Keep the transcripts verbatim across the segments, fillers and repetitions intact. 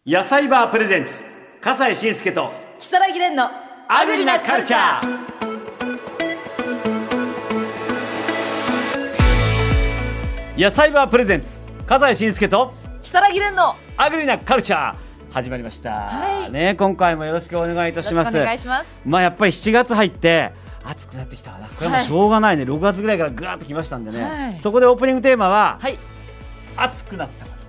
野菜バープレゼンツ笠西慎介と木更木蓮のアグリなカルチャー。野菜バープレゼンツ笠西慎介と木更木蓮のアグリなカルチャー始まりました、 はいね、今回もよろしくお願いいたします。 よろしくお願いします。 まあやっぱりしちがつ入って暑くなってきたな。これはもうしょうがないね、はい、ろくがつぐらいからぐわっときましたんでね、はい、そこでオープニングテーマは、はい、暑くなったこと、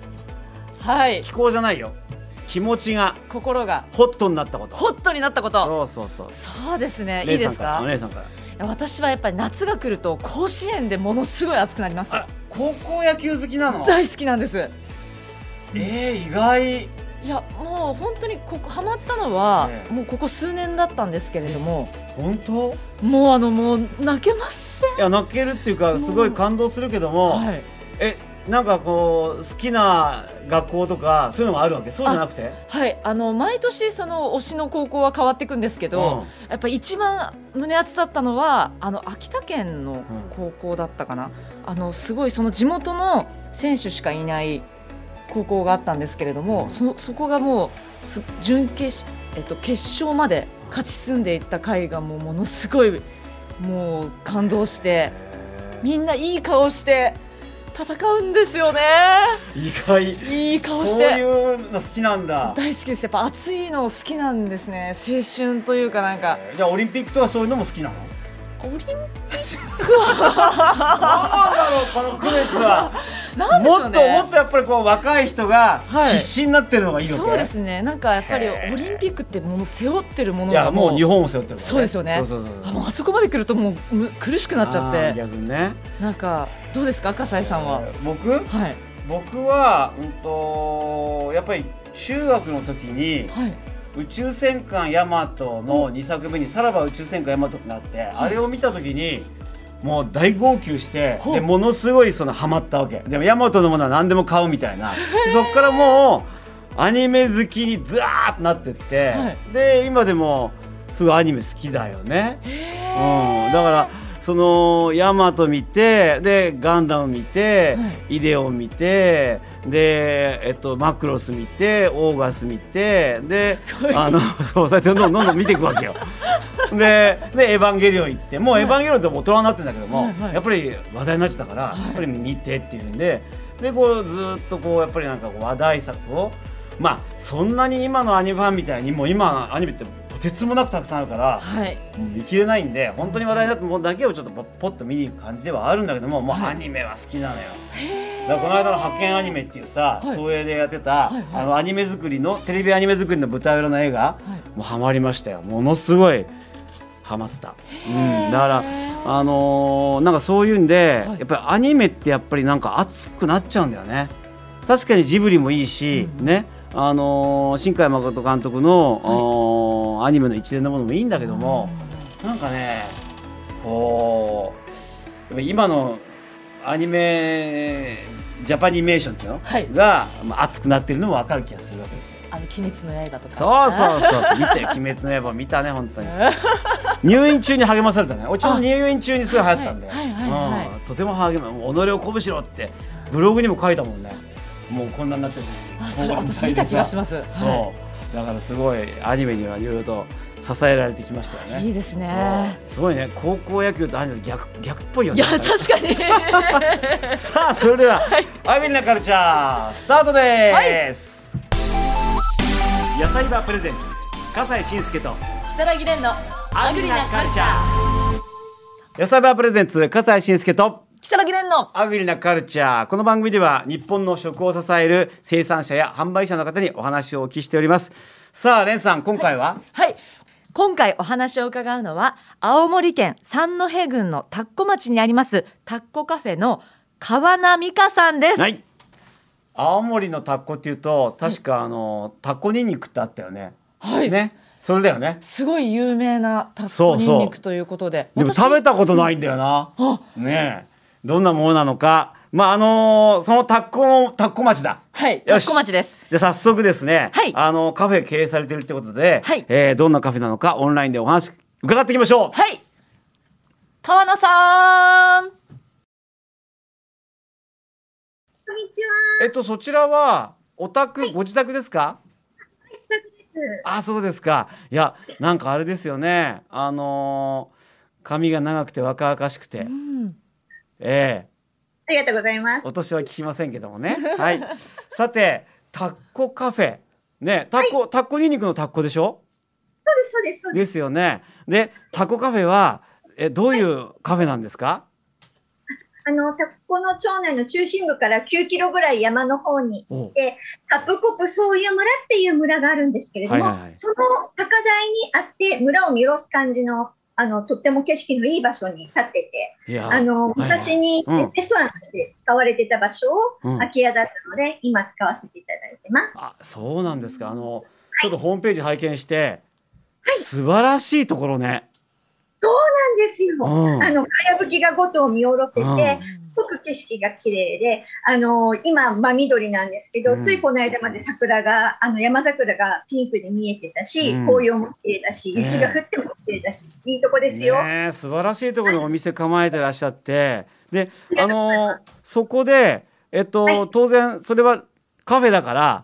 はい、気候じゃないよ、気持ちが心がホットになったこと。 ホットになったこと。 そうそうそうそうですね。いいですか。 お姉さんから。 私はやっぱり夏が来ると甲子園でものすごい暑くなりますよ。 高校野球好きなの？ 大好きなんです。 えー、意外。 いやもう本当にここハマったのは、えー、もうここ数年だったんですけれども。 本当？ もうあのもう泣けません。 いや泣けるっていうかすごい感動するけども、はい、えなんかこう好きな学校とかそういうのがあるわけ？そうじゃなくて、 はい、あの毎年その推しの高校は変わっていくんですけど、うん、やっぱり一番胸熱だったのはあの秋田県の高校だったかな、うん、あのすごいその地元の選手しかいない高校があったんですけれども、うん、そ, そこがもう準決、えっと、決勝まで勝ち進んでいった回がもうものすごいもう感動して、みんないい顔して戦うんですよね。 意外。 いい顔して。 そういうの好きなんだ。 大好きです。やっぱ熱いの好きなんですね。青春というかなんか。 じゃあオリンピックとかそういうのも好きなの？ オリンピックは何だろうこの区別は。 なんでしょうね、 もっともっとやっぱりこう若い人が必死になってるのがいいのか、はい、 そうですね。なんかやっぱりオリンピックってもの背負ってるものがもう、 いやもう日本を背負ってるから、ね、 そうですよね。そうそうそうそう。 あ, あそこまで来るともう苦しくなっちゃって。 逆にね。 なんかどうですか笠井さんは。 えー、僕、 はい、 僕は、うん、とやっぱり中学の時に、はい、宇宙戦艦ヤマトのにさくめにさらば宇宙戦艦ヤマトってなって、はい、あれを見た時にもう大号泣して、でものすごいそのハマったわけで、もヤマトのものは何でも買うみたいな。そっからもうアニメ好きにずーっとなってって、はい、で今でもすごいアニメ好きだよね、うん、だからそのヤマト見て、でガンダム見て、はい、イデオン見て、で、えっと、マクロス見て、オーガス見て、であのそうそうやってどんどんどんどん見ていくわけよ。で, でエヴァンゲリオン行って、もうエヴァンゲリオンって大人になってるんだけども、はいはい、やっぱり話題になっちゃったから、はい、やっぱり見てっていうんで、でこうずっとこうやっぱりなんかこう話題作を、まあそんなに今のアニメファンみたいにもう今アニメってとてつもなくたくさんあるから、はい、もう見切れないんで、本当に話題になったものだけをちょっとポッポッと見に行く感じではあるんだけども、もうアニメは好きなのよ、はい、だからこの間の派遣アニメっていうさ、はい、東映でやってた、はいはい、あのアニメ作りのテレビアニメ作りの舞台裏の映画、はい、もうハマりましたよ。ものすごいハマった、うん、だからあのー、なんかそういうんで、はい、やっぱりアニメってやっぱりなんか熱くなっちゃうんだよね。確かにジブリもいいし、うん、ね、あのー、新海誠監督の、はい、アニメの一連のものもいいんだけども、なんかねこうやっぱ今のアニメジャパニメーションっていうの、はい、が、まあ、熱くなってるのも分かる気がするわけですよ。 あの鬼滅の刃とか。 そうそうそうそう見て鬼滅の刃見たね本当に。入院中に励まされたね。俺ちょうど入院中にすごい流行ったんで、とても励ま己を鼓舞しろってブログにも書いたもんね。もうこんなになってる。 あ、それ私見た気がします。 そう、はい、だからすごいアニメにはいろいろと支えられてきましたよね。 いいですね。 すごいね。高校野球とアニメ逆逆っぽいよね。 いや確かに。 さあそれでは、はい、アグリなカルチャースタートです、はい、野菜バープレゼンツ笠西慎介と木更木蓮のアグリなカルチャー。 野菜バープレゼンツ笠西慎介と木更木蓮のアグリなカルチャー。この番組では日本の食を支える生産者や販売者の方にお話をお聞きしております。さあレンさん今回は、 はい、はい、今回お話を伺うのは青森県三戸郡の田子町にあります田子カフェの川名美香さんです。 はい、青森の田子っていうと確かあの田子ニンニクってあったよね。 はいね、それだよね。 すごい有名な田子ニンニクということで。 そうそう、でも食べたことないんだよな、うん、ねえどんなものなのか。まああのー、その田子の田子町だ。 はい、田子町です。 じゃあ早速ですね、はい、あのカフェ経営されているってことで、はい、えー、どんなカフェなのかオンラインでお話伺っていきましょう。 はい、川名さん。こんにちは。 えっとそちらはお宅ご自宅ですか？ あ、そうですか。いや、なんかあれですよね。あのー、髪が長くて若々しくて、うん、ええありがとうございます。 お年は聞きませんけどもね。はい。さて、タッコカフェ。ね、タッコ、はい、タッコニンニクのタッコでしょ？ そうです、そうです、そうです。 ですよね。で、タッコカフェは、え、どういうカフェなんですか？はい、 あの、タッコの町内の中心部からきゅうキロぐらい山の方に行って、タップコプそういう村っていう村があるんですけれども、はいはいはい、その高台にあって村を見下ろす感じのあのとっても景色のいい場所に立ってて、あの昔にレストランとして使われてた場所を空き家だったので、うん、今使わせていただいてます。 あ、そうなんですか。あの、はい、ちょっとホームページ拝見して、はい、素晴らしいところね。 そうなんですよ。うん、あのかやぶきがごとを見下ろせて、うん、すごく景色が綺麗で、あの今真緑なんですけど、うん、ついこの間まで桜があの山桜がピンクに見えてたし、うん、紅葉も綺麗だし、雪が降っても綺麗だし、ね、いいとこですよ。 ね、素晴らしいところにお店構えてらっしゃって、で、あのそこでえっと、はい、当然それはカフェだから、はい、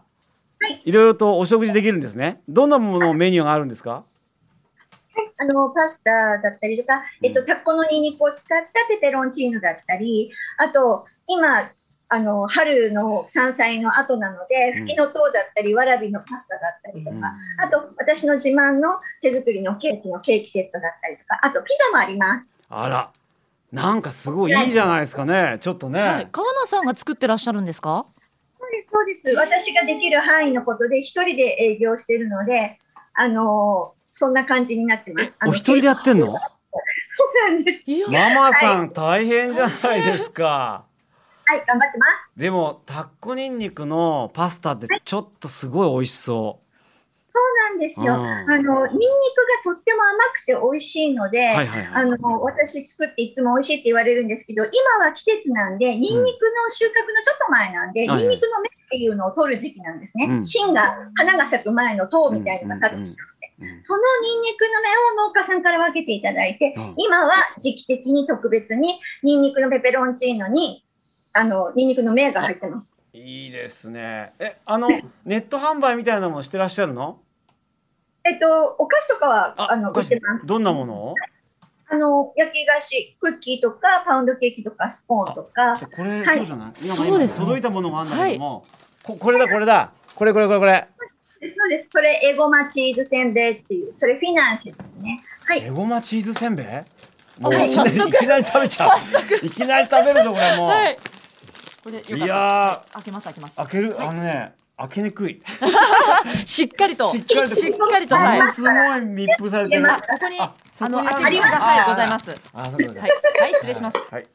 いろいろとお食事できるんですね。どんなものメニューがあるんですか？ あのパスタだったりとか、えっと、タッコのニンニクを使ったペペロンチーノだったり、あと今あの春の山菜の後なので、フキノトウだったりわらびのパスタだったりとか、うん、あと私の自慢の手作りのケーキのケーキセットだったりとか、あとピザもあります。 あら、なんかすごいいいじゃないですかね。ちょっとね、はい、 川名さんが作ってらっしゃるんですか？ そうです、そうです。私ができる範囲のことで一人で営業しているので、あのそんな感じになってます。 お一人でやってんの？そうなんです。 ママさん、はい、大変じゃないですか。 はい、頑張ってます。 でもタッコニンニクのパスタってちょっとすごい美味しそう。はい、 そうなんですよ。うん、あのニンニクがとっても甘くて美味しいので、はいはいはい、あの私作っていつも美味しいって言われるんですけど、今は季節なんでニンニクの収穫のちょっと前なんで、うん、ニンニクの芽っていうのを取る時期なんですね。はいはい、芯が花が咲く前の塔みたいなのが立ってきたので、うんうんうん、そのニンニクの芽を農家さんから分けていただいて、うん、今は時期的に特別にニンニクのペペロンチーノにあのニンニクの芽が入ってます。 いいですね。え、あのネット販売みたいなのもしてらっしゃるの？ えっとお菓子とかはああの売ってます。 どんなもの？ あの焼き菓子、クッキーとかパウンドケーキとかスコーンとか。 これ、 はい、 そうじゃない？そうです、ね。届いたものもあるんだけども、はい、こ, これだこれだこれこれこれこれ。 そうです。それエゴマチーズせんべいっていう、それフィナンシェですね。はい。 エゴマチーズせんべい？もういきなり、いきなり食べちゃう。いきなり食べるぞこれもう。はい、 これいや開けます開けます。 開ける、はい、あのね開けにくい。 しっかりとしっかりとしっかりと、 はい、すごい密封されてる。 ここにあの開けてください。ございます。 あ、そうです。 はいはい失礼します。 はい。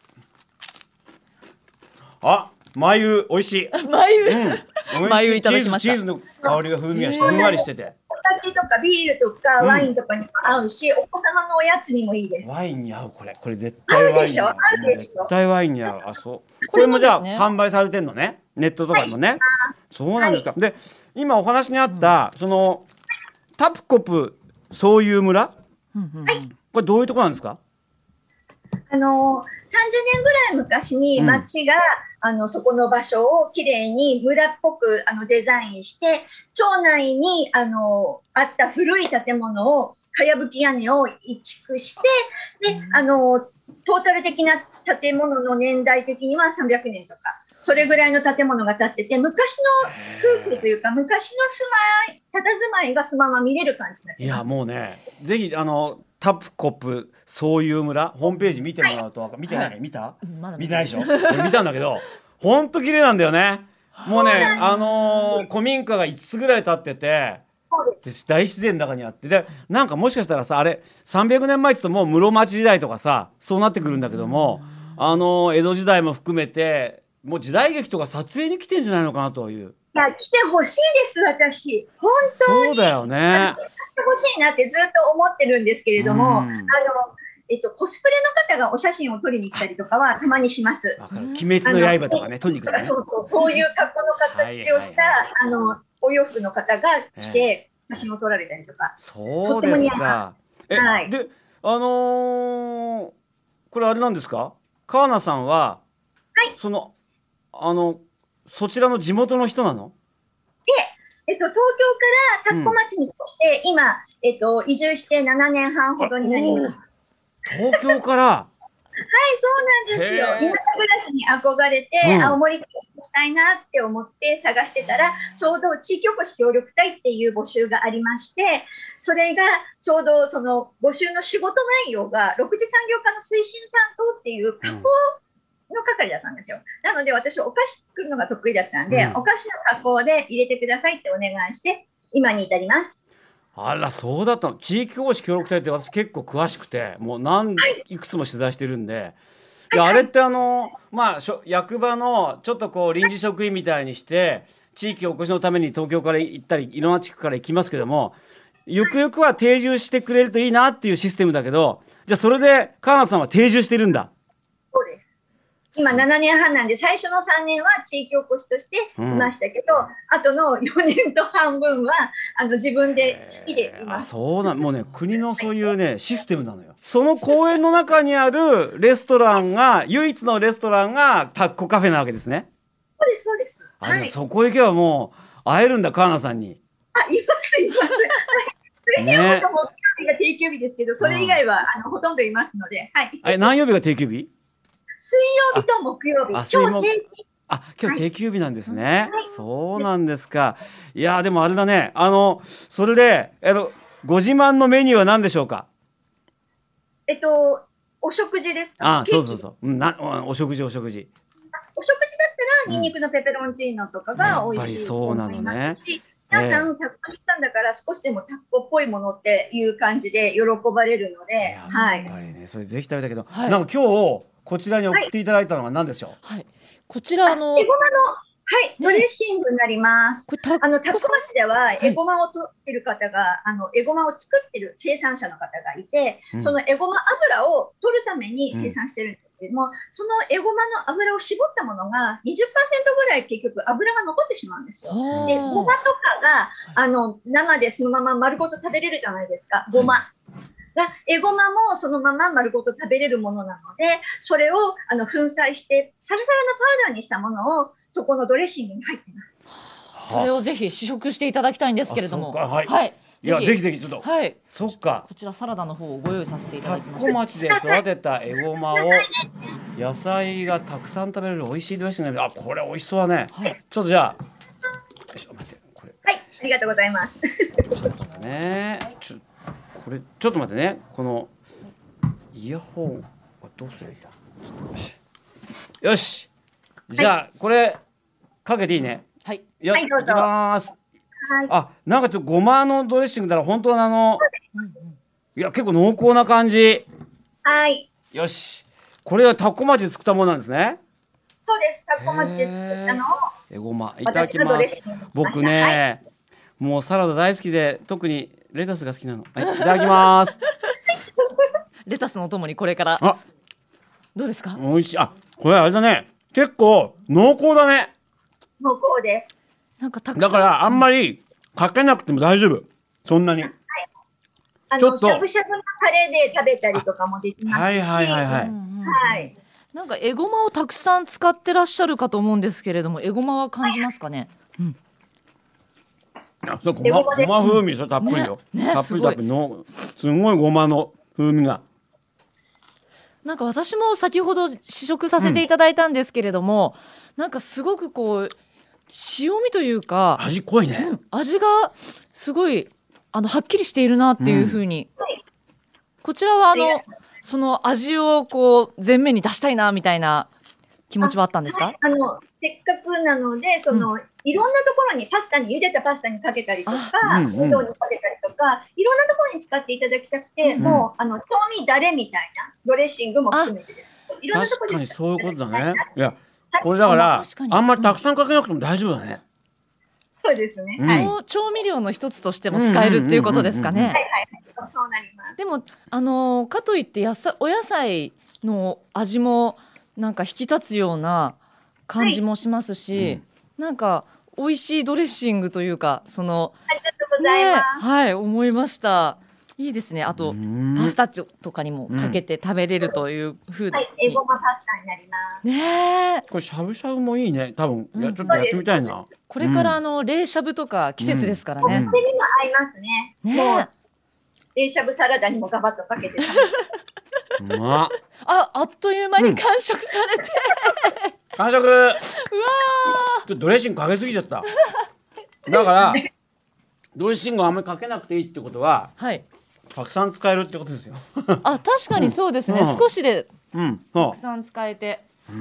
あ、マユ美味しい。 マユ、うん、マユいただきました。 チーズの香りが風味がしてふんわりしてて。 お酒とかビールとかワインとかにも合うし、うん、お子様のおやつにもいいです。 ワインに合うこれこれ絶対ワインに合う。絶対ワインに合う。あ、そう。これもじゃあ販売されてんのね。ネットとかもね。はい、そうなんですか。はい、で今お話にあった、うん、そのタプコプそういう村、はい、これどういうところなんですか？ あのさんじゅうねんぐらい昔に町が、うん、あのそこの場所をきれいに村っぽくあのデザインして町内にあのあった古い建物をかやぶき屋根を移築してで、うん、あのトータル的な建物の年代的にはさんびゃくねんとかそれぐらいの建物が建ってて昔の風景というか昔の住まい佇まいがそのまま見れる感じになってます。 いやもうねぜひあのタプコプそういう村ホームページ見てもらうと、はい、見てない、はい、見た、ま、見てないでしょ。俺見たんだけどほんと綺麗なんだよね。もうねあのー、古民家がいつつぐらい建ってて大自然の中にあってでなんかもしかしたらさあれさんびゃくねんまえって言うともう室町時代とかさそうなってくるんだけどもあのー、江戸時代も含めてもう時代劇とか撮影に来てんじゃないのかなという。 いや来てほしいです私本当にそうだよね。 来てほしいなってずっと思ってるんですけれども、あのえっとコスプレの方がお写真を撮りに来たりとかはたまにします。 わかる。鬼滅の刃とかね撮りに来るね。 そうそうそういう格好の形をしたあのお洋服の方が来て写真を撮られたりとか。 そうですか。え、はい、であのー、これあれなんですか？川名さんは、はい、そのあのそちらの地元の人なの？ で、 えっと、東京から田子町に越して、うん、今、えっと、移住してななねんはんほどになります。 東京からはい 、そうなんですよ。田舎暮らしに憧れて、うん、青森県にしたいなって思って探してたら、ちょうど地域おこし協力隊っていう募集がありまして、それがちょうどその募集の仕事内容が、ろくじ産業化の推進担当っていう加工の係だったんですよ。なので私お菓子作るのが得意だったんで、うん、お菓子の加工で入れてくださいってお願いして今に至ります。 あら、そうだったの。地域おこし協力隊って私結構詳しくて、もう何、はい、いくつも取材してるんで、いや、あれってあのまあ役場のちょっとこう臨時職員みたいにして地域おこしのために東京から行ったりいろんな地区から行きますけども、ゆくゆくは定住してくれるといいなっていうシステムだけど、じゃあそれで川名さんは定住してるんだ。 そうです。今ななねんはんなんで、最初のさんねんは地域おこしとしていましたけど、うん、あとのよねんと半分はあの自分で好きでいます。 あ、そうなん、もうね、国のそういうねシステムなのよ。その公園の中にあるレストランが唯一のレストランがタッコカフェなわけですね。 そうですそうです。 あ、はい、じゃあそこ行けばもう会えるんだ、川名さんに。 あ、いますいます。それでも木曜日が定休日ですけど、それ以外は、うん、あのほとんどいますので。はい。 え、何曜日が定休日？ 水曜日と木曜日。 今日定休日。あ、今日定休日なんですね。はい、そうなんですか。いや、でもあれだね。あのそれで、あのご自慢のメニューは何でしょうか？ えっとお食事ですか？ あ、そうそうそう。な、お食事お食事。 お食事だったらニンニクのペペロンチーノとかが美味しいと思いますし、皆さんタッコに来たんだから少しでもタッコっぽいものっていう感じで喜ばれるので、はい。 やっぱりね、それぜひ食べたけど、はい、なんか今日こちらに送っていただいたのは何でしょう？ はい、こちらのエゴマの、はい、ドレッシングになります。あの田子町ではエゴマを取ってる方が、はい、あのエゴマを作ってる生産者の方がいて、うん、そのエゴマ油を取るために生産してるんですけども、うん、そのエゴマの油を絞ったものが にじゅっパーセント ぐらい結局油が残ってしまうんですよ。で、ごまとかがあの生でそのまま丸ごと食べれるじゃないですか。ごま。はいがエゴマもそのまま丸ごと食べれるものなので、それをあの粉砕してサラサラのパウダーにしたものをそこのドレッシングに入ってます。 それをぜひ試食していただきたいんですけれども、 はい、はい、いやぜひぜひちょっと、 はい、 そっか、 こちらサラダの方をご用意させていただきました。 田子町で育てたエゴマを野菜がたくさん食べれる美味しいドレッシングが、あ、これ美味しそうだね。はい、ちょっとじゃあ、よいしょ、待って、これ、 はい、ありがとうございます。 そうだね。ちょこれちょっと待ってね、このイヤホンはどうするんだ。よし、よし、じゃあ、はい、これかけていいね。 はい、 よ、はい、どうぞ。いきます。はい、あ、なんかちょっとごまのドレッシングだら本当はあの、いや結構濃厚な感じ。 はい。 よし、これは田子町で作ったものなんですね。 そうです。田子町で作ったのをエゴマいただきます。僕ね、はい、もうサラダ大好きで、特にレタスが好きなの。はい、いただきます。 レタスのお供にこれから。 あ、 どうですか？ 美味しい。あ、これあれだね。結構濃厚だね。 濃厚です。 なんかたくさん。 だからあんまりかけなくても大丈夫。そんなに。はい、 あのしゃぶしゃぶのタレで食べたりとかもできますし。 はいはいはいはい。 はい。 なんかエゴマをたくさん使ってらっしゃるかと思うんですけれども、エゴマは感じますかね？うん。 あ、そう、ごま、ごま風味、それたっぷりよ。ねね、たっぷりたっぷりの、すごいごまの風味が。 なんか私も先ほど試食させていただいたんですけれども、うん、なんかすごくこう塩味というか、 味濃いね。 うん、味がすごいあのはっきりしているなっていう風に、うん、こちらはあのその味をこう前面に出したいなみたいな気持ちはあったんですか？ あ、はい、あのせっかくなのでその、うん、いろんなところにパスタに茹でたパスタにかけたりとか、うどんにかけたりとか、いろんなところに使っていただきたくて、うん、もうあの調味だれみたいなドレッシングも含めてです。いろんなところに確かにそういうことだね。いや、これだから、はい、あんまりたくさんかけなくても大丈夫だね。 そうですね。 うん、はい、調味料の一つとしても使えるっていうことですかね。はいはい、 そうなります。 でもあのかといってやさお野菜の味もなんか引き立つような感じもしますし、はい、うん、なんか美味しいドレッシングというか、そのありがとうございます。 ね、はい、思いました。 いいですね。あとパスタとかにもかけて食べれるという風に、 はい、エゴマパスタになりますね。 これしゃぶしゃぶもいいね。多分、うん、いやちょっとやってみたいな。 これからあの冷しゃぶとか季節ですからね。 これにも合いますね。ね、もう冷しゃぶサラダにもガバッとかけて食べる。うまっ。 あ、あっという間に完食されて、 うん、完食。うわー。ドレッシングかけすぎちゃった。だからドレッシングをあんまりかけなくていいってことは、はい、たくさん使えるってことですよ。 あ、確かにそうですね。うん、少しでたくさん使えて。 うん、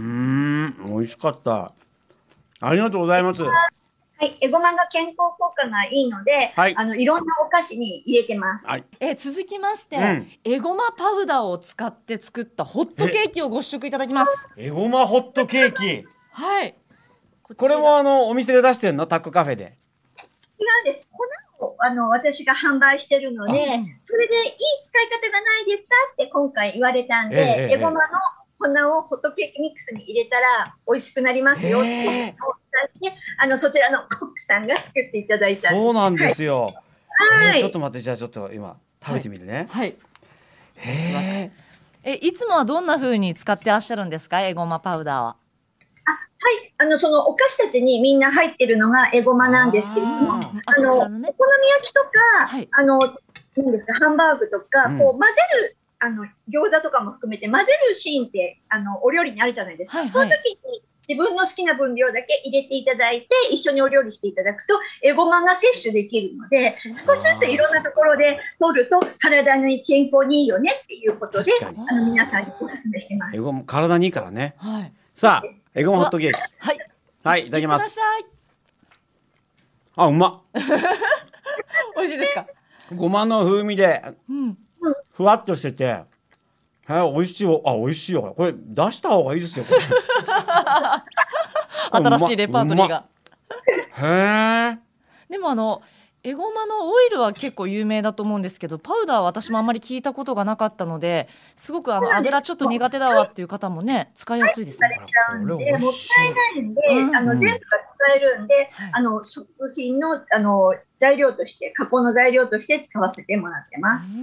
美味しかった。ありがとうございます。 はい、エゴマが健康効果がいいので、はい、あのいろんなお菓子に入れてます。はい、 え続きまして、うん、エゴマパウダーを使って作ったホットケーキをご試食いただきます。 エゴマホットケーキ。 はい。 こ, これもあのお店で出してるの？タッコカフェで。 違うんです。粉をあの私が販売してるので、それでいい使い方がないですかって今回言われたんで、えー、エゴマの粉をホットケーキミックスに入れたら美味しくなりますよっていうのを伝えて、あのそちらのコックさんが作っていただいたんです。 そうなんですよ。 はい。 えー、ちょっと待って、じゃあちょっと今食べてみるね。 はい。はい、へえ。えいつもはどんな風に使ってらっしゃるんですか、エゴマパウダーは？ あ、はい、あのそのお菓子たちにみんな入ってるのがエゴマなんですけれども、あ, あの、ね、お好み焼きとか、はい、あのなんですかハンバーグとか、うん、こう混ぜるあの餃子とかも含めて混ぜるシーンってあのお料理にあるじゃないですか。はいはい、その時に自分の好きな分量だけ入れていただいて一緒にお料理していただくとエゴマが摂取できるので、少しずついろんなところで取ると体に健康にいいよねっていうことで、あの皆さんにお勧めしてます。 エゴマ体にいいからね。はい、さあエゴマホットケーキ。はい。はい、いただきます。あ、うまっ。 美味しいですか？ ごまの風味で、うん、ふわっとしてて、はい、美味しいよ。あ、美味しいよ。これ出した方がいいですよ。これ新しいレパートリーが。 へえ。 でもあのエゴマのオイルは結構有名だと思うんですけど、パウダーは私もあんまり聞いたことがなかったので、すごくあの油ちょっと苦手だわっていう方もね使いやすいですね。 もったいないんで、うん、あの全部が使えるんで、はい、あの食品のあの材料として加工の材料として使わせてもらってます。 うん、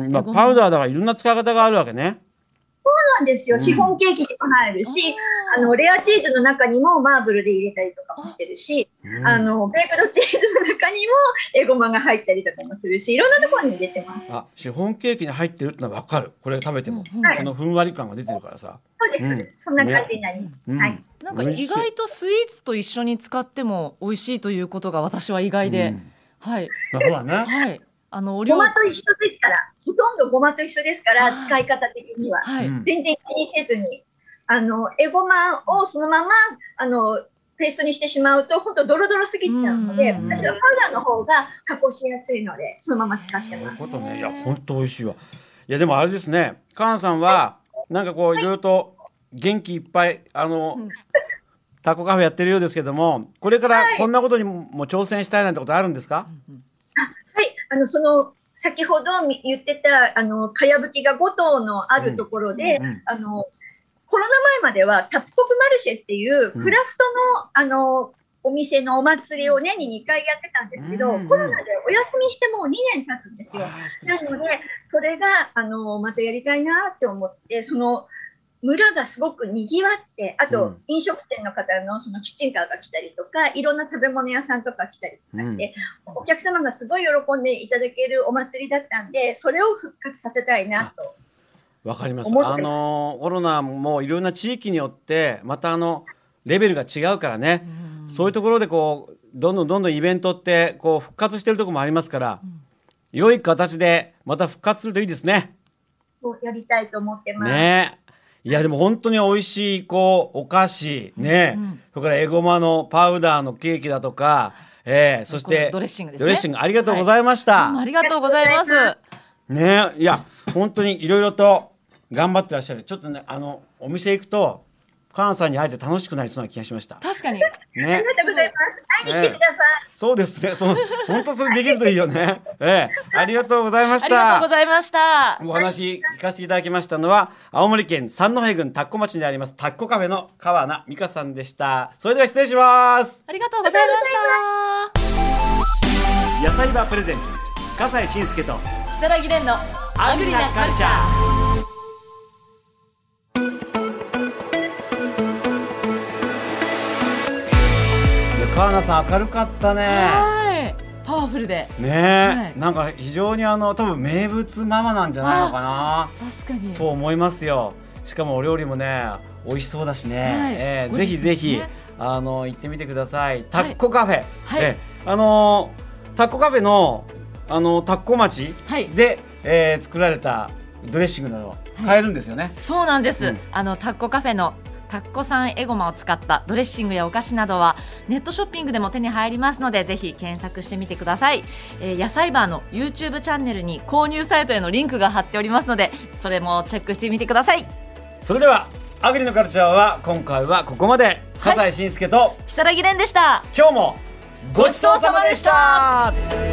まあ、パウダーだからいろんな使い方があるわけね。 そうなんですよ。シフォンケーキにも入るし、うん、あのレアチーズの中にもマーブルで入れたりとかもしてるし、うん、あのベークドチーズの中にもエゴマが入ったりとかもするし、いろんなところに入れてます。 あ、シフォンケーキに入ってるってのは分かる。これ食べても、うん、そのふんわり感が出てるからさ。 そうです、うん、そんな感じになります。うん、はい。 なんか意外とスイーツと一緒に使っても美味しいということが私は意外で、うん、はい。 そうだね。 はい。あのごまと一緒ですから、ほとんどごまと一緒ですから、使い方的には、はい、全然気にせずに、あのエゴマをそのままあのペーストにしてしまうと本当ドロドロすぎちゃうので、私はパウダーの方が加工しやすいのでそのまま使ってます。 そういうことね。いや本当美味しいわ。いやでもあれですね、カーンさんはなんかこういろいろと元気いっぱいあの、うん、タコカフェやってるようですけども、これからこんなことにも挑戦したいなんてことあるんですか？ はい、あのその先ほど言ってたあのかやぶきがご棟のあるところで、うんうん、あのコロナ前まではタプコプマルシェっていうクラフトの、うん、あのお店のお祭りを年ににかいやってたんですけど、うんうん、コロナでお休みしてもうにねん経つんですよ。なのでそれがあのまたやりたいなって思って、その村がすごくにぎわって、あと飲食店の方のそのキッチンカーが来たりとか、いろんな食べ物屋さんとか来たりとかして、うん、お客様がすごい喜んでいただけるお祭りだったんで、それを復活させたいなと。 わかります。あのコロナもいろんな地域によってまたあのレベルが違うからね、うん、そういうところでこうどんどんどんどんイベントってこう復活してるところもありますから、うん、良い形でまた復活するといいですね。 そうやりたいと思ってます。 ね。いやでも本当に美味しいこうお菓子ね、うんうん、それからエゴマのパウダーのケーキだとか、えー、そしてドレッシングですね。 ドレッシングありがとうございました。 はい、ありがとうございます。 ね、いや本当にいろいろと頑張ってらっしゃる。ちょっとねあのお店行くとカーンさんに会えて楽しくなりそうな気がしました。 確かに。 ね、ありがとうございます。会いに来てください。ね、 そうですね。その本当それできるといいよね。ええ、ありがとうございました。 ありがとうございました。 お話聞かせていただきましたのは青森県三戸郡田子町にありますタッコカフェの川名美香さんでした。それでは失礼します。 ありがとうございました。 野菜バープレゼンツ笠西信介と如月蓮のアグリなカルチャー。 川名さん明るかったね。 はいパワフルでねえ、 はい、 なんか非常にあの多分名物ママなんじゃないのかな確かにと思いますよ。しかもお料理もね美味しそうだしね、はいえー、ぜひぜひ、ね、あの行ってみてください。タッコカフェ、はいえー、あのタッコカフェのあのタッコ町で、はいえー、作られたドレッシングなど買えるんですよね、はい、 そうなんです、うん、あのタッコカフェのタッコさんエゴマを使ったドレッシングやお菓子などはネットショッピングでも手に入りますのでぜひ検索してみてください、えー、野菜バーの YouTube チャンネルに購入サイトへのリンクが貼っておりますのでそれもチェックしてみてください。 それではアグリのカルチャーは今回はここまで。笠井信介と如月蓮でした。 今日もごちそうさまでした。